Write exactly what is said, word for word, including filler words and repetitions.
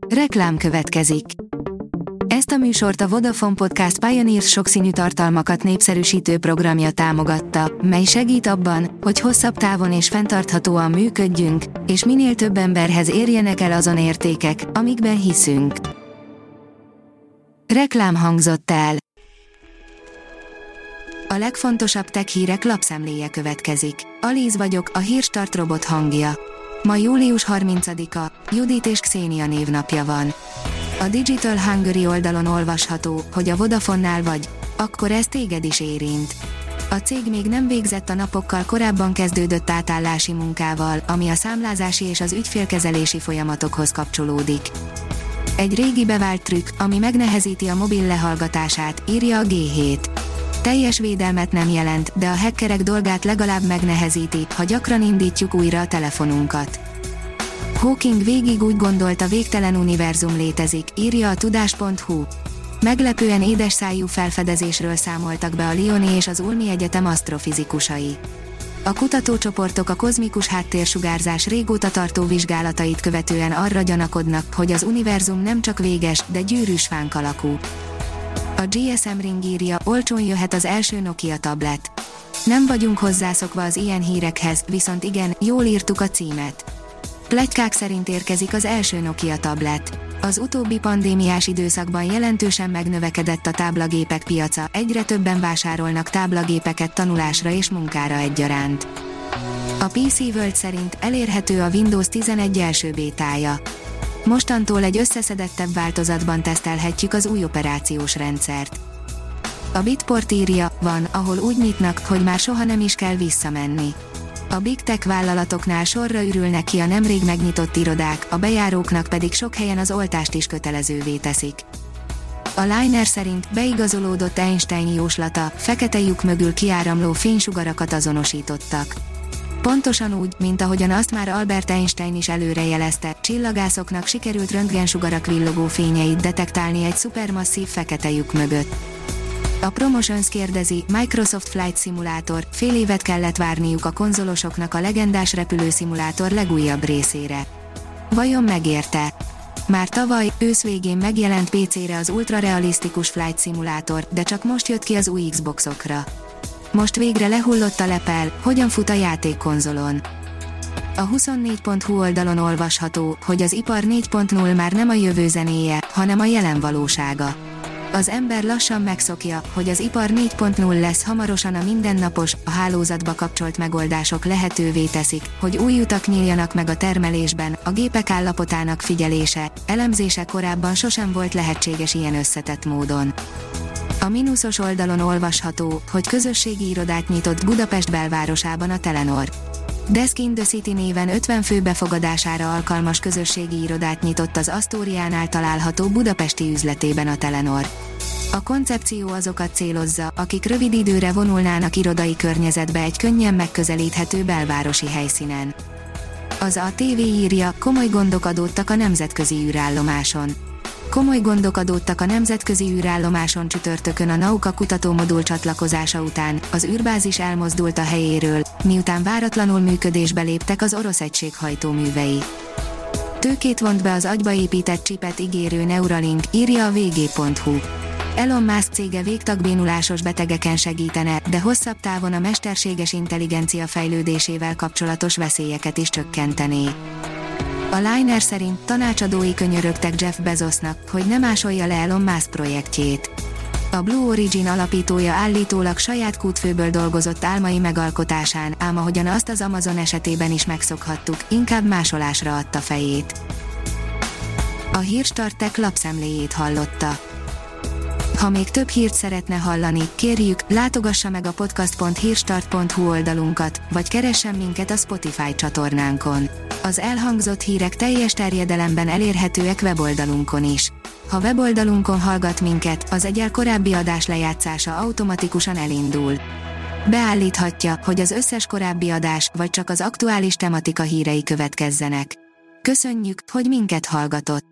Reklám következik. Ezt a műsort a Vodafone Podcast Pioneers sokszínű tartalmakat népszerűsítő programja támogatta, mely segít abban, hogy hosszabb távon és fenntarthatóan működjünk, és minél több emberhez érjenek el azon értékek, amikben hiszünk. Reklám hangzott el. A legfontosabb tech hírek lapszemléje következik. Alíz vagyok, a Hírstart robot hangja. Ma július harmincadika, Judit és Xenia névnapja van. A Digital Hungary oldalon olvasható, hogy a Vodafonnál vagy, akkor ez téged is érint. A cég még nem végzett a napokkal korábban kezdődött átállási munkával, ami a számlázási és az ügyfélkezelési folyamatokhoz kapcsolódik. Egy régi bevált trükk, ami megnehezíti a mobil lehallgatását, írja a gé hét. Teljes védelmet nem jelent, de a hackerek dolgát legalább megnehezíti, ha gyakran indítjuk újra a telefonunkat. Hawking végig úgy gondolta, végtelen univerzum létezik, írja a tudás pont hu. Meglepően édesszájú felfedezésről számoltak be a Lyoni és az Ulmi Egyetem asztrofizikusai. A kutatócsoportok a kozmikus háttérsugárzás régóta tartó vizsgálatait követően arra gyanakodnak, hogy az univerzum nem csak véges, de gyűrűs fánk alakú. A gé es em Ring írja, olcsón jöhet az első Nokia tablet. Nem vagyunk hozzászokva az ilyen hírekhez, viszont igen, jól írtuk a címet. Pletykák szerint érkezik az első Nokia tablet. Az utóbbi pandémiás időszakban jelentősen megnövekedett a táblagépek piaca, egyre többen vásárolnak táblagépeket tanulásra és munkára egyaránt. A pé cé World szerint elérhető a Windows tizenegy első bétája. Mostantól egy összeszedettebb változatban tesztelhetjük az új operációs rendszert. A Bitport írja, van, ahol úgy nyitnak, hogy már soha nem is kell visszamenni. A Big Tech vállalatoknál sorra ürülnek ki a nemrég megnyitott irodák, a bejáróknak pedig sok helyen az oltást is kötelezővé teszik. A Liner szerint beigazolódott Einstein jóslata, fekete lyuk mögül kiáramló fénysugarakat azonosítottak. Pontosan úgy, mint ahogyan azt már Albert Einstein is előrejelezte, csillagászoknak sikerült röntgensugarak villogó fényeit detektálni egy szupermasszív fekete lyuk mögött. A Promotions kérdezi, Microsoft Flight Simulator, fél évet kellett várniuk a konzolosoknak a legendás repülőszimulátor legújabb részére. Vajon megérte? Már tavaly, ősz végén megjelent pé cére az ultrarealisztikus Flight Simulator, de csak most jött ki az új Xboxokra. Most végre lehullott a lepel, hogyan fut a játék konzolon. A huszonnégy pont hu oldalon olvasható, hogy az ipar négy pont null már nem a jövő zenéje, hanem a jelen valósága. Az ember lassan megszokja, hogy az ipar négy pont null lesz hamarosan a mindennapos, a hálózatba kapcsolt megoldások lehetővé teszik, hogy új utak nyíljanak meg a termelésben, a gépek állapotának figyelése, elemzése korábban sosem volt lehetséges ilyen összetett módon. A mínuszos oldalon olvasható, hogy közösségi irodát nyitott Budapest belvárosában a Telenor. Desk in the City néven ötven fő befogadására alkalmas közösségi irodát nyitott az Asztóriánál található budapesti üzletében a Telenor. A koncepció azokat célozza, akik rövid időre vonulnának irodai környezetbe egy könnyen megközelíthető belvárosi helyszínen. Az á té vé írja, komoly gondok adódtak a nemzetközi űrállomáson. Komoly gondok adódtak a nemzetközi űrállomáson csütörtökön a Nauka kutatómodul csatlakozása után, az űrbázis elmozdult a helyéről, miután váratlanul működésbe léptek az orosz egység hajtóművei. Tőkét vont be az agyba épített csipet ígérő Neuralink, írja a vé gé pont hu. Elon Musk cége végtagbénulásos betegeken segítene, de hosszabb távon a mesterséges intelligencia fejlődésével kapcsolatos veszélyeket is csökkentené. A Liner szerint tanácsadói könyörögtek Jeff Bezosnak, hogy ne másolja le Elon Musk projektjét. A Blue Origin alapítója állítólag saját kútfőből dolgozott álmai megalkotásán, ám ahogyan azt az Amazon esetében is megszokhattuk, inkább másolásra adta fejét. A Hírstart Tech lapszemléjét hallotta. Ha még több hírt szeretne hallani, kérjük, látogassa meg a podcast pont hírstart pont hu oldalunkat, vagy keressen minket a Spotify csatornánkon. Az elhangzott hírek teljes terjedelemben elérhetőek weboldalunkon is. Ha weboldalunkon hallgat minket, az egyel korábbi adás lejátszása automatikusan elindul. Beállíthatja, hogy az összes korábbi adás, vagy csak az aktuális tematika hírei következzenek. Köszönjük, hogy minket hallgatott!